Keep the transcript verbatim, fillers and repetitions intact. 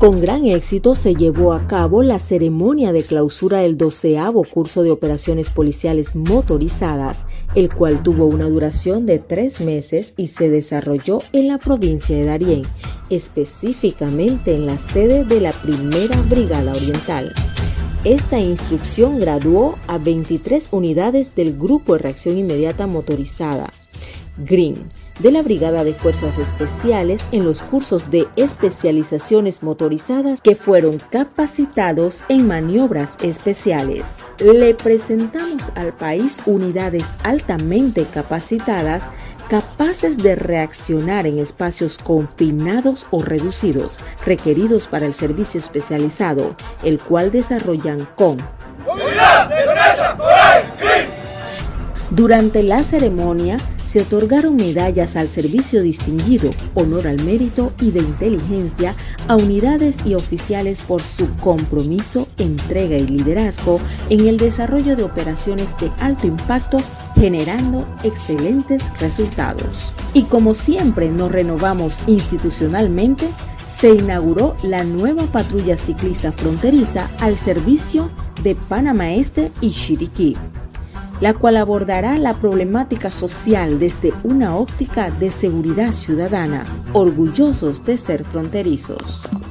Con gran éxito se llevó a cabo la ceremonia de clausura del doceavo curso de operaciones policiales motorizadas, el cual tuvo una duración de tres meses y se desarrolló en la provincia de Darién, específicamente en la sede de la Primera Brigada Oriental. Esta instrucción graduó a veintitrés unidades del Grupo de Reacción Inmediata Motorizada, GRIN, de la Brigada de Fuerzas Especiales en los cursos de especializaciones motorizadas que fueron capacitados en maniobras especiales. Le presentamos al país unidades altamente capacitadas capaces de reaccionar en espacios confinados o reducidos requeridos para el servicio especializado, el cual desarrollan con Unidad de Defensa Foral GRIN. Durante la ceremonia se otorgaron medallas al servicio distinguido, honor al mérito y de inteligencia a unidades y oficiales por su compromiso, entrega y liderazgo en el desarrollo de operaciones de alto impacto, generando excelentes resultados. Y como siempre nos renovamos institucionalmente, se inauguró la nueva patrulla ciclista fronteriza al servicio de Panamá Este y Chiriquí, la cual abordará la problemática social desde una óptica de seguridad ciudadana, orgullosos de ser fronterizos.